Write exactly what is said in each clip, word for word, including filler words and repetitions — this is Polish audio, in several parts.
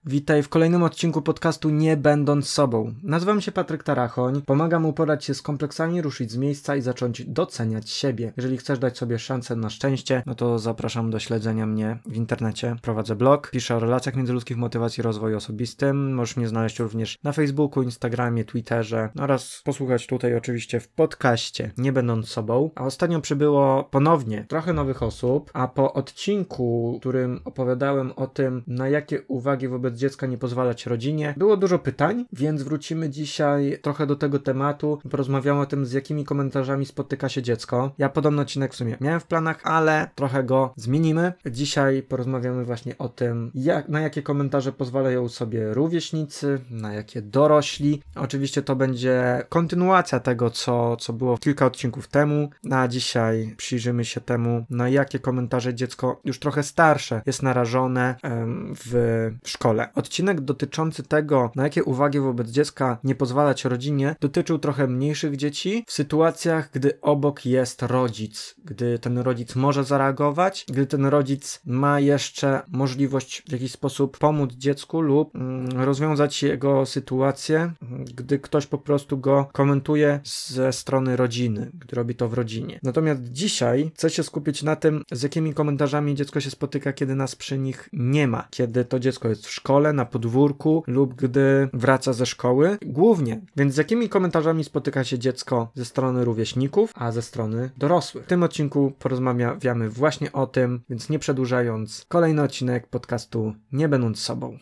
Witaj w kolejnym odcinku podcastu Nie będąc sobą. Nazywam się Patryk Tarachoń, pomagam uporać się z kompleksami, ruszyć z miejsca i zacząć doceniać siebie. Jeżeli chcesz dać sobie szansę na szczęście, no to zapraszam do śledzenia mnie w internecie. Prowadzę blog, piszę o relacjach międzyludzkich, motywacji, rozwoju osobistym. Możesz mnie znaleźć również na Facebooku, Instagramie, Twitterze oraz posłuchać tutaj oczywiście w podcaście Nie będąc sobą. A ostatnio przybyło ponownie trochę nowych osób, a po odcinku, w którym opowiadałem o tym, na jakie uwagi wobec dziecka nie pozwalać rodzinie, było dużo pytań, więc wrócimy dzisiaj trochę do tego tematu i porozmawiamy o tym, z jakimi komentarzami spotyka się dziecko. Ja podobny odcinek w sumie miałem w planach, ale trochę go zmienimy. Dzisiaj porozmawiamy właśnie o tym, jak, na jakie komentarze pozwalają sobie rówieśnicy, na jakie dorośli. Oczywiście to będzie kontynuacja tego, co, co było kilka odcinków temu, a dzisiaj przyjrzymy się temu, na jakie komentarze dziecko już trochę starsze jest narażone em, w szkole. Odcinek dotyczący tego, na jakie uwagi wobec dziecka nie pozwalać rodzinie, dotyczył trochę mniejszych dzieci w sytuacjach, gdy obok jest rodzic, gdy ten rodzic może zareagować, gdy ten rodzic ma jeszcze możliwość w jakiś sposób pomóc dziecku lub mm, rozwiązać jego sytuację, gdy ktoś po prostu go komentuje ze strony rodziny, gdy robi to w rodzinie. Natomiast dzisiaj chcę się skupić na tym, z jakimi komentarzami dziecko się spotyka, kiedy nas przy nich nie ma, kiedy to dziecko jest w szkole, na podwórku lub gdy wraca ze szkoły. Głównie. Więc z jakimi komentarzami spotyka się dziecko ze strony rówieśników, a ze strony dorosłych. W tym odcinku porozmawiamy właśnie o tym, więc nie przedłużając, kolejny odcinek podcastu Nie będąc sobą.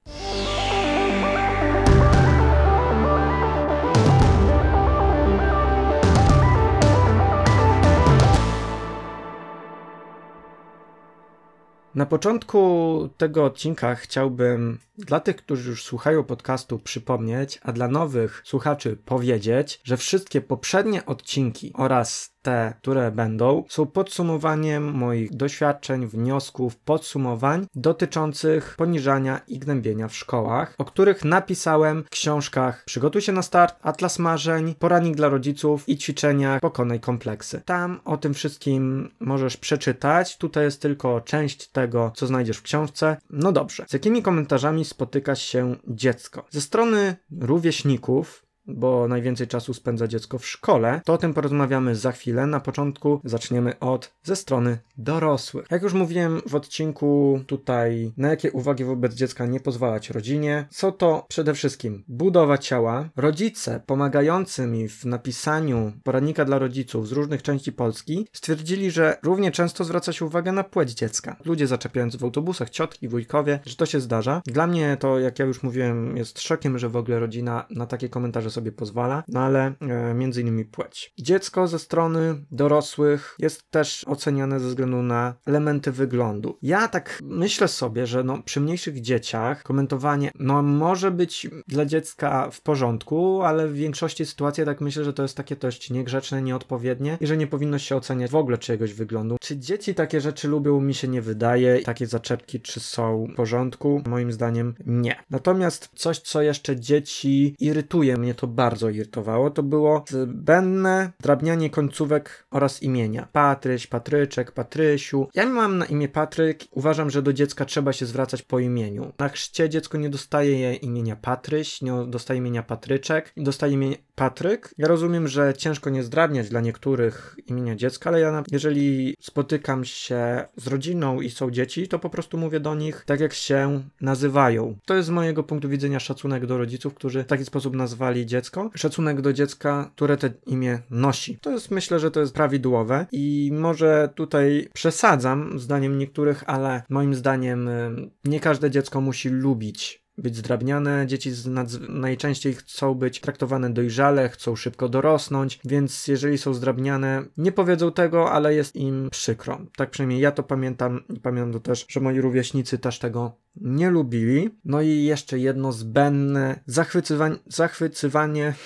Na początku tego odcinka chciałbym dla tych, którzy już słuchają podcastu, przypomnieć, a dla nowych słuchaczy powiedzieć, że wszystkie poprzednie odcinki oraz te, które będą, są podsumowaniem moich doświadczeń, wniosków, podsumowań dotyczących poniżania i gnębienia w szkołach, o których napisałem w książkach Przygotuj się na start, Atlas marzeń, Poradnik dla rodziców i ćwiczeniach Pokonaj kompleksy. Tam o tym wszystkim możesz przeczytać. Tutaj jest tylko część tego, co znajdziesz w książce. No dobrze. Z jakimi komentarzami spotyka się dziecko? Ze strony rówieśników, bo najwięcej czasu spędza dziecko w szkole, to o tym porozmawiamy za chwilę. Na początku zaczniemy od ze strony dorosłych. Jak już mówiłem w odcinku tutaj, na jakie uwagi wobec dziecka nie pozwalać rodzinie, są to przede wszystkim budowa ciała. Rodzice pomagający mi w napisaniu poradnika dla rodziców z różnych części Polski stwierdzili, że równie często zwraca się uwagę na płeć dziecka. Ludzie zaczepiający w autobusach, ciotki, wujkowie, że to się zdarza. Dla mnie to, jak ja już mówiłem, jest szokiem, że w ogóle rodzina na takie komentarze sobie pozwala, no ale e, między innymi płeć. Dziecko ze strony dorosłych jest też oceniane ze względu na elementy wyglądu. Ja tak myślę sobie, że no, przy mniejszych dzieciach komentowanie no może być dla dziecka w porządku, ale w większości sytuacji tak myślę, że to jest takie dość niegrzeczne, nieodpowiednie i że nie powinno się oceniać w ogóle czyjegoś wyglądu. Czy dzieci takie rzeczy lubią? Mi się nie wydaje. Takie zaczepki czy są w porządku? Moim zdaniem nie. Natomiast coś, co jeszcze dzieci irytuje, mnie to bardzo irytowało, to było zbędne drabnianie końcówek oraz imienia. Patryś, Patryczek, Patrysiu. Ja mam na imię Patryk. Uważam, że do dziecka trzeba się zwracać po imieniu. Na chrzcie dziecko nie dostaje imienia Patryś, nie dostaje imienia Patryczek, dostaje imię Patryk. Ja rozumiem, że ciężko nie zdrabniać dla niektórych imienia dziecka, ale ja jeżeli spotykam się z rodziną i są dzieci, to po prostu mówię do nich tak, jak się nazywają. To jest z mojego punktu widzenia szacunek do rodziców, którzy w taki sposób nazwali dziecko. Szacunek do dziecka, które to imię nosi. To jest, myślę, że to jest prawidłowe i może tutaj przesadzam zdaniem niektórych, ale moim zdaniem nie każde dziecko musi lubić być zdrabniane. Dzieci nadz- najczęściej chcą być traktowane dojrzale, chcą szybko dorosnąć, więc jeżeli są zdrabniane, nie powiedzą tego, ale jest im przykro. Tak przynajmniej ja to pamiętam i pamiętam też, że moi rówieśnicy też tego nie lubili. No i jeszcze jedno zbędne zachwycywanie, zachwycywanie,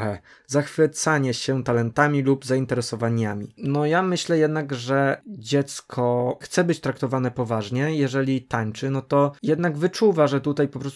zachwycanie się talentami lub zainteresowaniami. No ja myślę jednak, że dziecko chce być traktowane poważnie. Jeżeli tańczy, no to jednak wyczuwa, że tutaj po prostu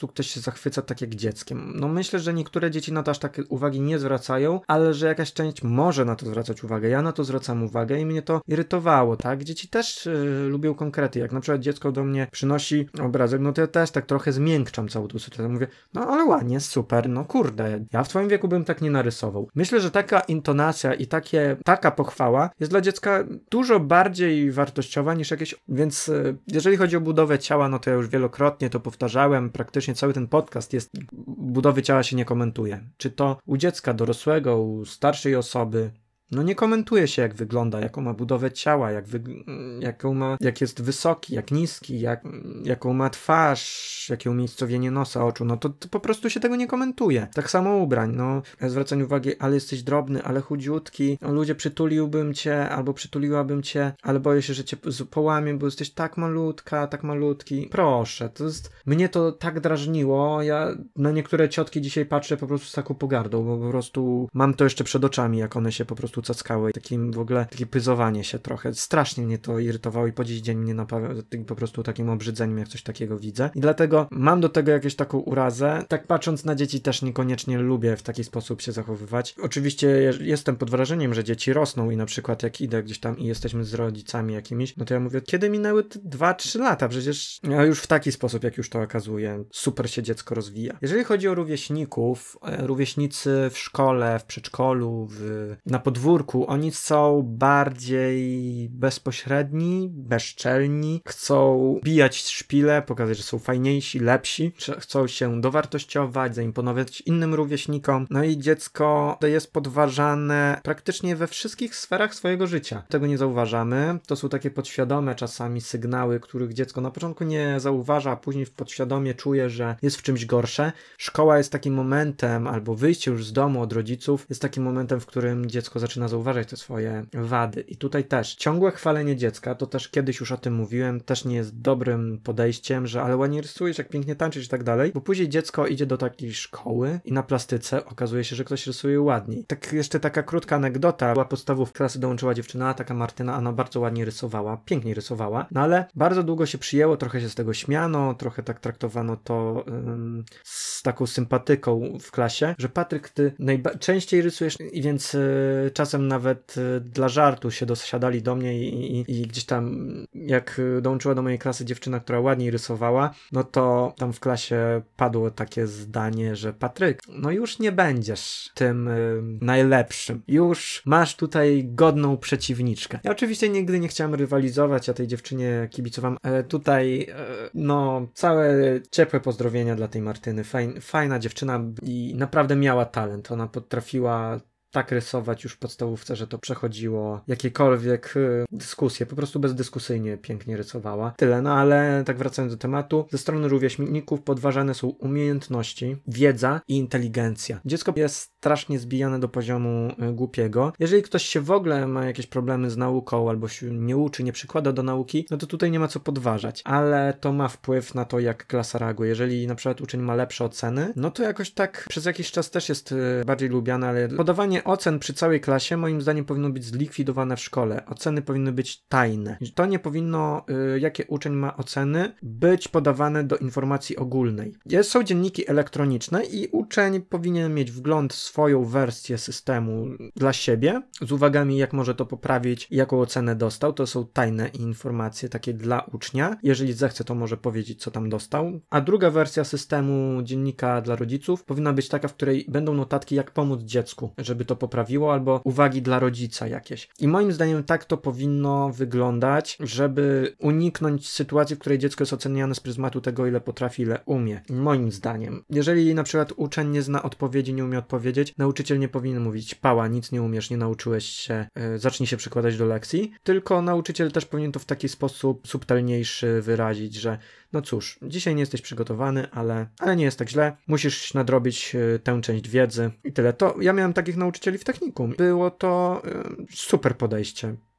prostu ktoś się zachwyca tak jak dzieckiem. No myślę, że niektóre dzieci na to aż tak uwagi nie zwracają, ale że jakaś część może na to zwracać uwagę. Ja na to zwracam uwagę i mnie to irytowało, tak? Dzieci też yy, lubią konkrety. Jak na przykład dziecko do mnie przynosi obrazek, no to ja też tak trochę zmiękczam całą tą sytuację. Mówię, no ale ładnie, super, no kurde, ja w twoim wieku bym tak nie narysował. Myślę, że taka intonacja i takie, taka pochwała jest dla dziecka dużo bardziej wartościowa niż jakieś, więc yy, jeżeli chodzi o budowę ciała, no to ja już wielokrotnie to powtarzałem, praktycznie cały ten podcast jest, budowy ciała się nie komentuje. Czy to u dziecka dorosłego, u starszej osoby, no nie komentuje się jak wygląda, jaką ma budowę ciała, jak, wy, jaką ma, jak jest wysoki, jak niski, jak, jaką ma twarz, jakie umiejscowienie nosa, oczu, no to, to po prostu się tego nie komentuje. Tak samo ubrań, no zwracanie uwagi, ale jesteś drobny, ale chudziutki, no ludzie, przytuliłbym cię, albo przytuliłabym cię, ale boję się, że cię połamię, bo jesteś tak malutka, tak malutki. Proszę, to jest, mnie to tak drażniło, ja na niektóre ciotki dzisiaj patrzę po prostu z taką pogardą, bo po prostu mam to jeszcze przed oczami, jak one się po prostu cackały, takim w ogóle, takie pyzowanie się trochę. Strasznie mnie to irytowało i po dziś dzień mnie napawia po prostu takim obrzydzeniem, jak coś takiego widzę. I dlatego mam do tego jakąś taką urazę. Tak patrząc na dzieci też niekoniecznie lubię w taki sposób się zachowywać. Oczywiście jestem pod wrażeniem, że dzieci rosną i na przykład jak idę gdzieś tam i jesteśmy z rodzicami jakimiś, no to ja mówię, kiedy minęły dwa trzy lata? Przecież ja już w taki sposób, jak już to okazuje, super się dziecko rozwija. Jeżeli chodzi o rówieśników, rówieśnicy w szkole, w przedszkolu, w, na podwórku, oni są bardziej bezpośredni, bezczelni, chcą bijać szpile, pokazać, że są fajniejsi, lepsi, chcą się dowartościować, zaimponować innym rówieśnikom, no i dziecko jest podważane praktycznie we wszystkich sferach swojego życia. Tego nie zauważamy, to są takie podświadome czasami sygnały, których dziecko na początku nie zauważa, a później podświadomie czuje, że jest w czymś gorsze. Szkoła jest takim momentem, albo wyjście już z domu od rodziców jest takim momentem, w którym dziecko zaczyna zauważać te swoje wady. I tutaj też ciągłe chwalenie dziecka, to też kiedyś już o tym mówiłem, też nie jest dobrym podejściem, że ale ładnie rysujesz, jak pięknie tańczysz i tak dalej, bo później dziecko idzie do takiej szkoły i na plastyce okazuje się, że ktoś rysuje ładniej. Tak jeszcze taka krótka anegdota, była podstawówka, klasy dołączyła dziewczyna, taka Martyna, ona bardzo ładnie rysowała, pięknie rysowała, no ale bardzo długo się przyjęło, trochę się z tego śmiano, trochę tak traktowano to ym, z taką sympatyką w klasie, że Patryk, ty najczęściej rysujesz i więc yy, czasem nawet y, dla żartu się dosiadali do mnie i, i, i gdzieś tam jak dołączyła do mojej klasy dziewczyna, która ładniej rysowała, no to tam w klasie padło takie zdanie, że Patryk, no już nie będziesz tym y, najlepszym. Już masz tutaj godną przeciwniczkę. Ja oczywiście nigdy nie chciałem rywalizować, ja tej dziewczynie kibicowałem. E, tutaj e, no całe ciepłe pozdrowienia dla tej Martyny. Fajn, fajna dziewczyna i naprawdę miała talent. Ona potrafiła tak rysować już w podstawówce, że to przechodziło jakiekolwiek y, dyskusje, po prostu bezdyskusyjnie pięknie rysowała. Tyle, no ale tak wracając do tematu, ze strony rówieśników podważane są umiejętności, wiedza i inteligencja. Dziecko jest strasznie zbijane do poziomu y, głupiego. Jeżeli ktoś się w ogóle ma jakieś problemy z nauką, albo się nie uczy, nie przykłada do nauki, no to tutaj nie ma co podważać, ale to ma wpływ na to, jak klasa reaguje. Jeżeli na przykład uczeń ma lepsze oceny, no to jakoś tak przez jakiś czas też jest y, bardziej lubiane, ale podawanie ocen przy całej klasie moim zdaniem powinno być zlikwidowane w szkole. Oceny powinny być tajne. To nie powinno, y, jakie uczeń ma oceny, być podawane do informacji ogólnej. Jest, są dzienniki elektroniczne i uczeń powinien mieć wgląd w swoją wersję systemu dla siebie, z uwagami jak może to poprawić, jaką ocenę dostał. To są tajne informacje takie dla ucznia. Jeżeli zechce, to może powiedzieć, co tam dostał. A druga wersja systemu dziennika dla rodziców powinna być taka, w której będą notatki, jak pomóc dziecku, żeby to poprawiło, albo uwagi dla rodzica jakieś. I moim zdaniem tak to powinno wyglądać, żeby uniknąć sytuacji, w której dziecko jest oceniane z pryzmatu tego, ile potrafi, ile umie. Moim zdaniem. Jeżeli na przykład uczeń nie zna odpowiedzi, nie umie odpowiedzieć, nauczyciel nie powinien mówić: pała, nic nie umiesz, nie nauczyłeś się, yy, zacznij się przykładać do lekcji, tylko nauczyciel też powinien to w taki sposób subtelniejszy wyrazić, że no cóż, dzisiaj nie jesteś przygotowany, ale, ale nie jest tak źle, musisz nadrobić yy, tę część wiedzy i tyle. To ja miałem takich nauczycieli w technikum. Było to yy, super podejście.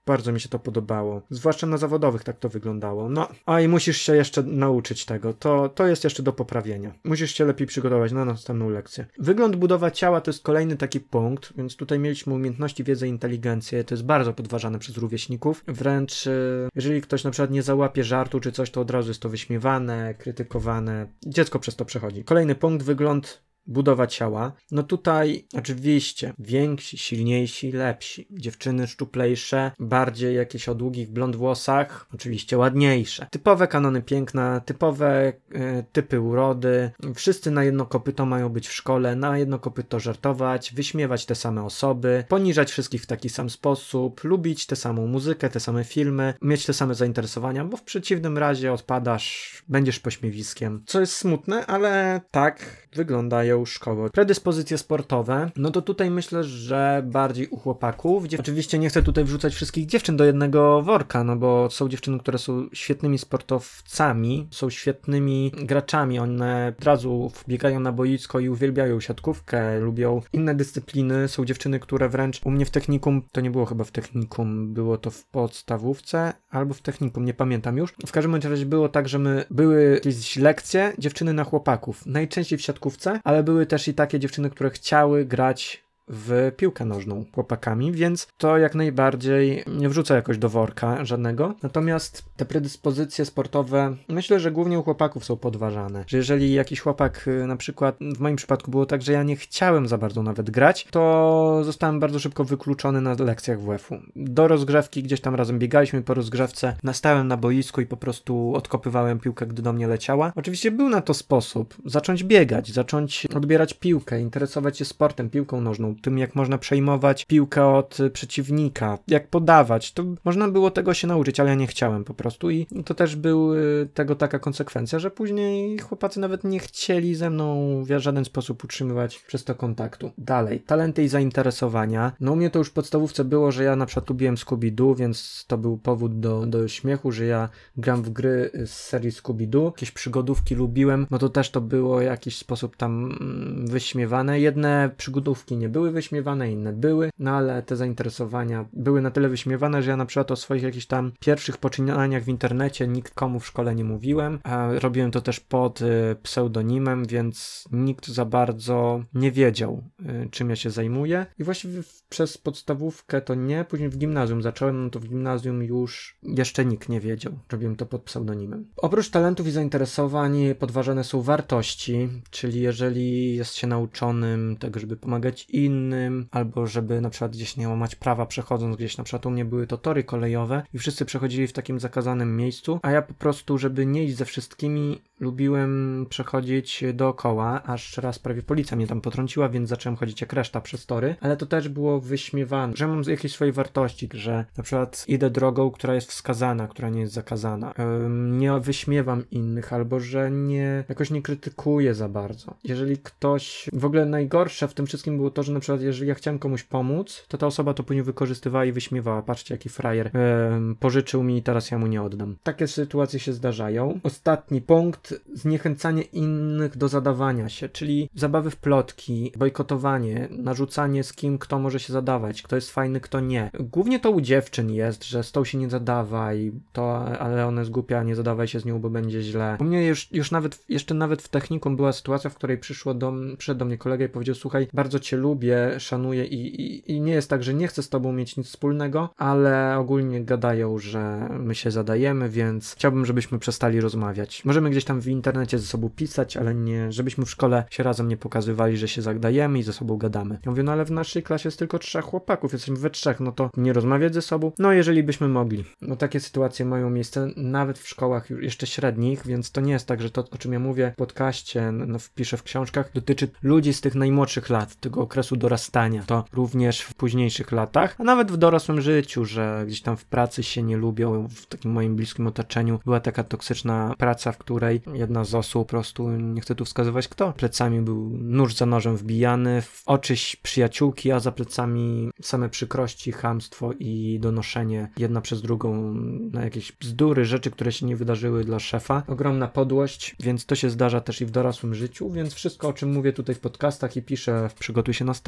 Bardzo mi się to podobało. Zwłaszcza na zawodowych tak to wyglądało. No, a i musisz się jeszcze nauczyć tego. To, to jest jeszcze do poprawienia. Musisz się lepiej przygotować na następną lekcję. Wygląd, budowa ciała to jest kolejny taki punkt, więc tutaj mieliśmy umiejętności, wiedzę, inteligencję. To jest bardzo podważane przez rówieśników. Wręcz jeżeli ktoś na przykład nie załapie żartu czy coś, to od razu jest to wyśmiewane, krytykowane. Dziecko przez to przechodzi. Kolejny punkt, wygląd, budowa ciała. No tutaj oczywiście więksi, silniejsi, lepsi. Dziewczyny szczuplejsze, bardziej jakieś o długich blond włosach, oczywiście ładniejsze. Typowe kanony piękna, typowe y, typy urody. Wszyscy na jedno kopyto mają być w szkole, na jedno kopyto żartować, wyśmiewać te same osoby, poniżać wszystkich w taki sam sposób, lubić tę samą muzykę, te same filmy, mieć te same zainteresowania, bo w przeciwnym razie odpadasz, będziesz pośmiewiskiem. Co jest smutne, ale tak wyglądają szkoły. Predyspozycje sportowe, no to tutaj myślę, że bardziej u chłopaków. Dziew... Oczywiście nie chcę tutaj wrzucać wszystkich dziewczyn do jednego worka, no bo są dziewczyny, które są świetnymi sportowcami, są świetnymi graczami, one od razu wbiegają na boisko i uwielbiają siatkówkę, lubią inne dyscypliny. Są dziewczyny, które wręcz u mnie w technikum, to nie było chyba w technikum, było to w podstawówce albo w technikum, nie pamiętam już. W każdym razie było tak, że my były jakieś lekcje dziewczyny na chłopaków. Najczęściej w siatkówce, ale były też i takie dziewczyny, które chciały grać w piłkę nożną chłopakami, więc to jak najbardziej nie wrzuca jakoś do worka żadnego. Natomiast te predyspozycje sportowe myślę, że głównie u chłopaków są podważane. Że jeżeli jakiś chłopak, na przykład w moim przypadku było tak, że ja nie chciałem za bardzo nawet grać, to zostałem bardzo szybko wykluczony na lekcjach W F-u. Do rozgrzewki gdzieś tam razem biegaliśmy po rozgrzewce, nastałem na boisku i po prostu odkopywałem piłkę, gdy do mnie leciała. Oczywiście był na to sposób. Zacząć biegać, zacząć odbierać piłkę, interesować się sportem, piłką nożną, tym jak można przejmować piłkę od przeciwnika, jak podawać, to można było tego się nauczyć, ale ja nie chciałem po prostu i to też był tego taka konsekwencja, że później chłopacy nawet nie chcieli ze mną w żaden sposób utrzymywać przez to kontaktu. Dalej, talenty i zainteresowania. No u mnie to już w podstawówce było, że ja na przykład lubiłem Scooby-Doo, więc to był powód do, do śmiechu, że ja gram w gry z serii Scooby-Doo, jakieś przygodówki lubiłem, no to też to było w jakiś sposób tam wyśmiewane. Jedne przygodówki nie były wyśmiewane, inne były, no ale te zainteresowania były na tyle wyśmiewane, że ja na przykład o swoich jakichś tam pierwszych poczynaniach w internecie nikt komu w szkole nie mówiłem, a robiłem to też pod y, pseudonimem, więc nikt za bardzo nie wiedział, y, czym ja się zajmuję i właściwie w, przez podstawówkę to nie, później w gimnazjum zacząłem, no to w gimnazjum już jeszcze nikt nie wiedział, robiłem to pod pseudonimem. Oprócz talentów i zainteresowań podważane są wartości, czyli jeżeli jest się nauczonym tego, żeby pomagać innym, albo żeby na przykład gdzieś nie łamać prawa przechodząc gdzieś, na przykład u mnie były to tory kolejowe i wszyscy przechodzili w takim zakazanym miejscu, a ja po prostu, żeby nie iść ze wszystkimi, lubiłem przechodzić dookoła, aż raz prawie policja mnie tam potrąciła, więc zacząłem chodzić jak reszta przez tory, ale to też było wyśmiewane, że mam jakieś swoje wartości, że na przykład idę drogą, która jest wskazana, która nie jest zakazana. Ym, nie wyśmiewam innych, albo że nie, jakoś nie krytykuję za bardzo. Jeżeli ktoś, w ogóle najgorsze w tym wszystkim było to, że na przykład jeżeli ja chciałem komuś pomóc, to ta osoba to później wykorzystywała i wyśmiewała. Patrzcie, jaki frajer ym, pożyczył mi i teraz ja mu nie oddam. Takie sytuacje się zdarzają. Ostatni punkt, zniechęcanie innych do zadawania się, czyli zabawy w plotki, bojkotowanie, narzucanie z kim kto może się zadawać, kto jest fajny, kto nie. Głównie to u dziewczyn jest, że z tą się nie zadawaj, to, ale ona jest głupia, nie zadawaj się z nią, bo będzie źle. U mnie już, już nawet, jeszcze nawet w technikum była sytuacja, w której przyszło do, przyszedł do mnie kolega i powiedział, słuchaj, bardzo cię lubię, szanuję i, i, i nie jest tak, że nie chcę z tobą mieć nic wspólnego, ale ogólnie gadają, że my się zadajemy, więc chciałbym, żebyśmy przestali rozmawiać. Możemy gdzieś tam w internecie ze sobą pisać, ale nie, żebyśmy w szkole się razem nie pokazywali, że się zadajemy i ze sobą gadamy. Ja mówię, no ale w naszej klasie jest tylko trzech chłopaków, jesteśmy we trzech, no to nie rozmawiać ze sobą? No jeżeli byśmy mogli. No takie sytuacje mają miejsce nawet w szkołach już jeszcze średnich, więc to nie jest tak, że to, o czym ja mówię w podcaście, no wpiszę w książkach, dotyczy ludzi z tych najmłodszych lat, tego okresu dorastania. To również w późniejszych latach, a nawet w dorosłym życiu, że gdzieś tam w pracy się nie lubią, w takim moim bliskim otoczeniu była taka toksyczna praca, w której jedna z osób, po prostu nie chcę tu wskazywać kto, plecami był nóż za nożem wbijany w oczy przyjaciółki, a za plecami same przykrości, chamstwo i donoszenie jedna przez drugą na jakieś bzdury, rzeczy, które się nie wydarzyły dla szefa. Ogromna podłość, więc to się zdarza też i w dorosłym życiu, więc wszystko, o czym mówię tutaj w podcastach i piszę w Przygotuj się na start,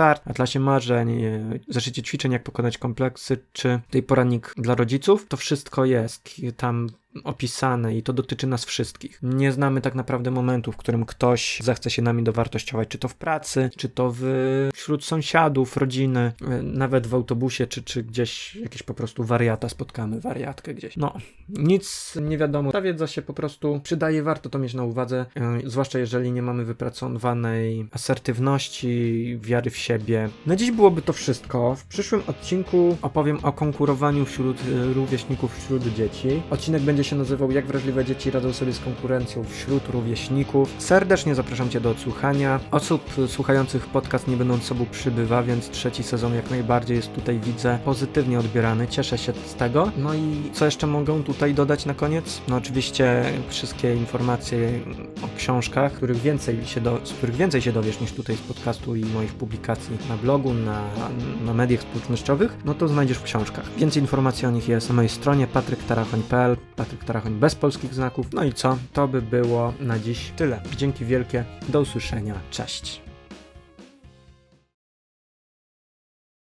start, Atlasie marzeń, zeszycie ćwiczeń, jak pokonać kompleksy, czy tej poradnik dla rodziców, to wszystko jest tam opisane i to dotyczy nas wszystkich. Nie znamy tak naprawdę momentu, w którym ktoś zechce się nami dowartościować, czy to w pracy, czy to w, wśród sąsiadów, rodziny, nawet w autobusie, czy, czy gdzieś jakieś po prostu wariata spotkamy, wariatkę gdzieś. No, nic nie wiadomo. Ta wiedza się po prostu przydaje, warto to mieć na uwadze, yy, zwłaszcza jeżeli nie mamy wypracowanej asertywności, wiary w siebie. Na dziś byłoby to wszystko. W przyszłym odcinku opowiem o konkurowaniu wśród yy, rówieśników, wśród dzieci. Odcinek będzie się nazywał Jak wrażliwe dzieci radzą sobie z konkurencją wśród rówieśników. Serdecznie zapraszam Cię do odsłuchania. Osób słuchających podcast nie będąc sobą przybywa, więc trzeci sezon jak najbardziej jest tutaj, widzę, pozytywnie odbierany. Cieszę się z tego. No i co jeszcze mogę tutaj dodać na koniec? No oczywiście wszystkie informacje o książkach, których więcej się do, z których więcej się dowiesz niż tutaj z podcastu i moich publikacji na blogu, na, na mediach społecznościowych, no to znajdziesz w książkach. Więcej informacji o nich jest na mojej stronie patryk tarachoń kropka p l, Patryk Tarachoń bez polskich znaków. No i co? To by było na dziś tyle. Dzięki wielkie. Do usłyszenia. Cześć.